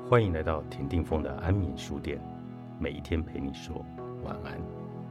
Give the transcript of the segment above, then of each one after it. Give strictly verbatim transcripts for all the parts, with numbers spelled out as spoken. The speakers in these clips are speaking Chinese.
欢迎来到田定峰的安眠书店，每一天陪你说晚安。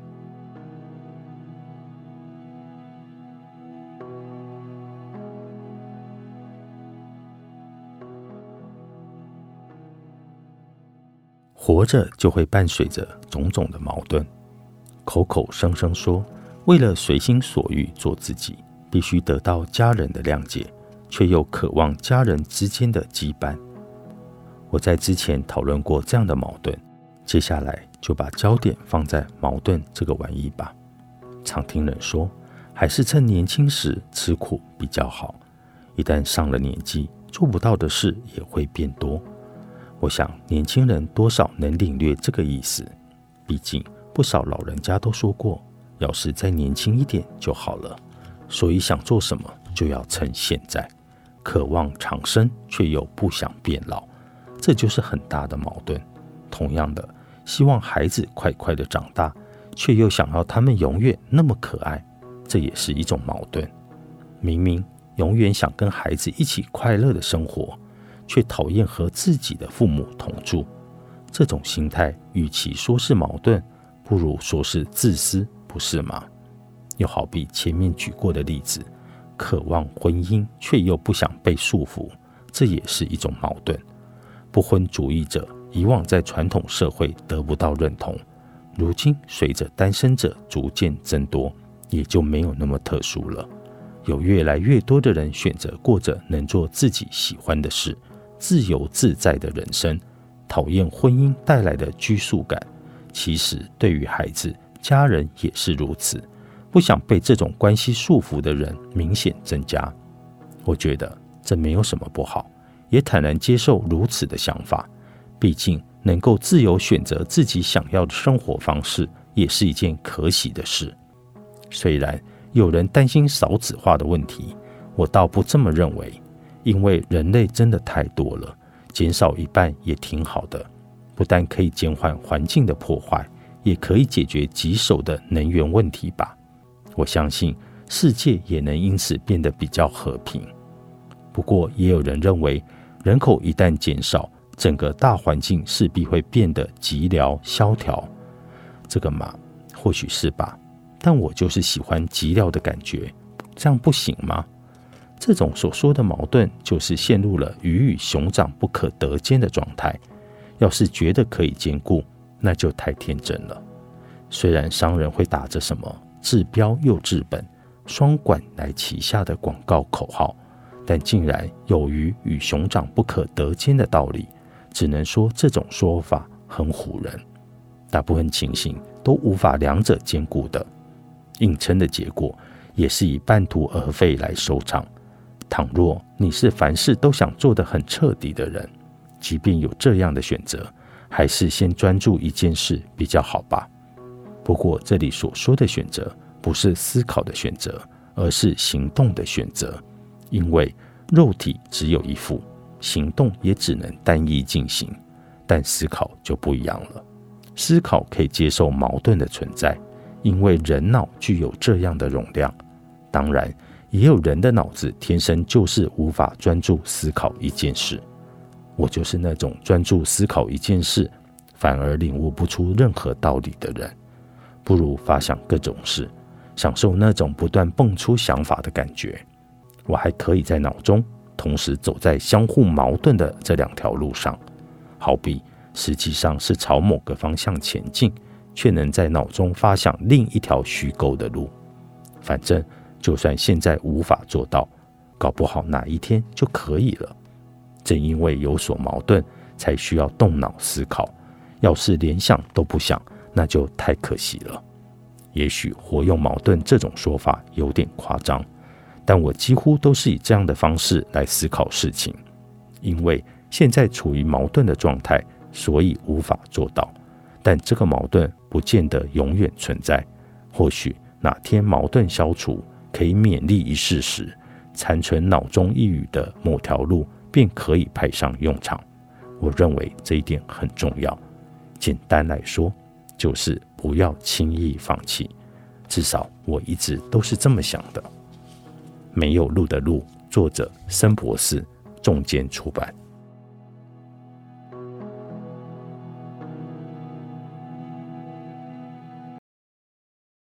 活着就会伴随着种种的矛盾，口口声声说为了随心所欲做自己，必须得到家人的谅解，却又渴望家人之间的羁绊。我在之前讨论过这样的矛盾，接下来就把焦点放在矛盾这个玩意吧。常听人说，还是趁年轻时吃苦比较好，一旦上了年纪，做不到的事也会变多。我想年轻人多少能领略这个意思，毕竟不少老人家都说过，要是再年轻一点就好了。所以想做什么就要趁现在，渴望长生却又不想变老，这就是很大的矛盾。同样的，希望孩子快快的长大，却又想要他们永远那么可爱，这也是一种矛盾。明明永远想跟孩子一起快乐的生活，却讨厌和自己的父母同住，这种心态与其说是矛盾，不如说是自私，不是吗？又好比前面举过的例子，渴望婚姻却又不想被束缚，这也是一种矛盾。不婚主义者以往在传统社会得不到认同，如今随着单身者逐渐增多，也就没有那么特殊了。有越来越多的人选择过着能做自己喜欢的事，自由自在的人生，讨厌婚姻带来的拘束感。其实对于孩子、家人也是如此，不想被这种关系束缚的人明显增加。我觉得这没有什么不好，也坦然接受如此的想法。毕竟能够自由选择自己想要的生活方式，也是一件可喜的事。虽然有人担心少子化的问题，我倒不这么认为，因为人类真的太多了，减少一半也挺好的，不但可以减缓环境的破坏，也可以解决棘手的能源问题吧。我相信世界也能因此变得比较和平。不过也有人认为，人口一旦减少，整个大环境势必会变得寂寥萧条。这个嘛，或许是吧，但我就是喜欢寂寥的感觉，这样不行吗？这种所说的矛盾，就是陷入了鱼与熊掌不可得兼的状态。要是觉得可以兼顾，那就太天真了。虽然商人会打着什么治标又治本、双管来旗下的广告口号，但竟然有鱼与熊掌不可得兼的道理，只能说这种说法很唬人。大部分情形都无法两者兼顾的，硬撑的结果也是以半途而废来收场。倘若你是凡事都想做得很彻底的人，即便有这样的选择，还是先专注一件事比较好吧。不过这里所说的选择，不是思考的选择，而是行动的选择。因为肉体只有一副，行动也只能单一进行，但思考就不一样了。思考可以接受矛盾的存在，因为人脑具有这样的容量。当然，也有人的脑子天生就是无法专注思考一件事。我就是那种专注思考一件事，反而领悟不出任何道理的人。不如发想各种事，享受那种不断蹦出想法的感觉。我还可以在脑中同时走在相互矛盾的这两条路上，好比实际上是朝某个方向前进，却能在脑中发想另一条虚构的路。反正就算现在无法做到，搞不好哪一天就可以了。正因为有所矛盾，才需要动脑思考。要是连想都不想，那就太可惜了。也许活用矛盾这种说法有点夸张，但我几乎都是以这样的方式来思考事情。因为现在处于矛盾的状态，所以无法做到。但这个矛盾不见得永远存在，或许哪天矛盾消除，可以勉力一试时，残存脑中一语的某条路便可以派上用场。我认为这一点很重要。简单来说，就是不要轻易放弃。至少我一直都是这么想的。没有路的路，作者森博士，重间出版。